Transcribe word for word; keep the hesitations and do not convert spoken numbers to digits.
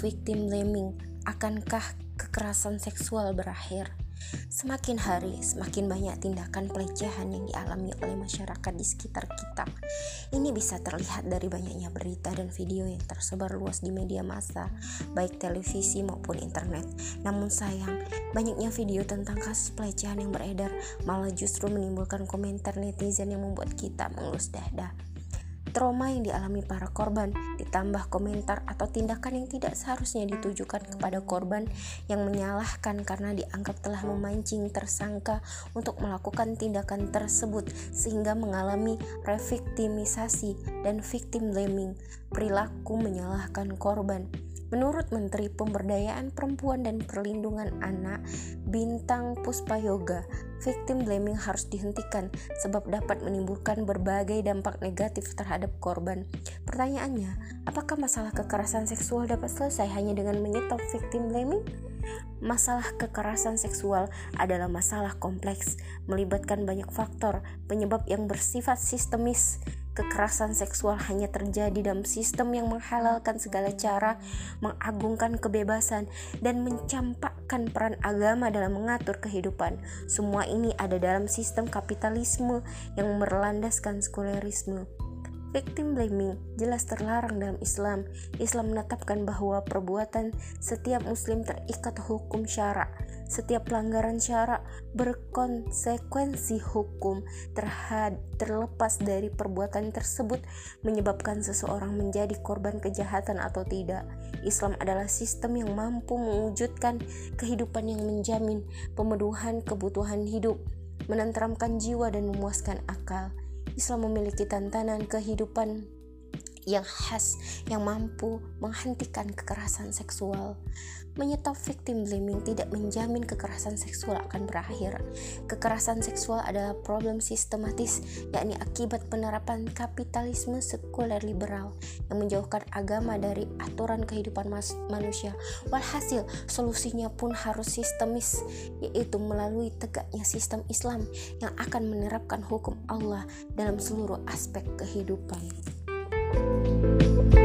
victim blaming. Akankah kekerasan seksual berakhir? Semakin hari, semakin banyak tindakan pelecehan yang dialami oleh masyarakat di sekitar kita. Ini bisa terlihat dari banyaknya berita dan video yang tersebar luas di media massa, baik televisi maupun internet. Namun sayang, banyaknya video tentang kasus pelecehan yang beredar malah justru menimbulkan komentar netizen yang membuat kita mengelus dada. Trauma yang dialami para korban, ditambah komentar atau tindakan yang tidak seharusnya ditujukan kepada korban yang menyalahkan karena dianggap telah memancing tersangka untuk melakukan tindakan tersebut sehingga mengalami reviktimisasi dan victim blaming, perilaku menyalahkan korban. Menurut Menteri Pemberdayaan Perempuan dan Perlindungan Anak, Bintang Puspayoga, victim blaming harus dihentikan sebab dapat menimbulkan berbagai dampak negatif terhadap korban. Pertanyaannya, apakah masalah kekerasan seksual dapat selesai hanya dengan menyetop victim blaming? Masalah kekerasan seksual adalah masalah kompleks, melibatkan banyak faktor, penyebab yang bersifat sistemis. Kekerasan seksual hanya terjadi dalam sistem yang menghalalkan segala cara, mengagungkan kebebasan, dan mencampakkan peran agama dalam mengatur kehidupan. Semua ini ada dalam sistem kapitalisme yang berlandaskan sekulerisme. Victim blaming jelas terlarang dalam Islam. Islam menetapkan bahwa perbuatan setiap muslim terikat hukum syara. Setiap pelanggaran syara berkonsekuensi hukum terhad, terlepas dari perbuatan tersebut menyebabkan seseorang menjadi korban kejahatan atau tidak. Islam adalah sistem yang mampu mewujudkan kehidupan yang menjamin pemenuhan kebutuhan hidup, menenteramkan jiwa dan memuaskan akal. Islam memiliki tantangan kehidupan yang khas yang mampu menghentikan kekerasan seksual. Menyetop victim blaming tidak menjamin kekerasan seksual akan berakhir. Kekerasan seksual adalah problem sistematis, yakni akibat penerapan kapitalisme sekuler liberal yang menjauhkan agama dari aturan kehidupan mas- manusia. Walhasil, solusinya pun harus sistemis, yaitu melalui tegaknya sistem Islam yang akan menerapkan hukum Allah dalam seluruh aspek kehidupan.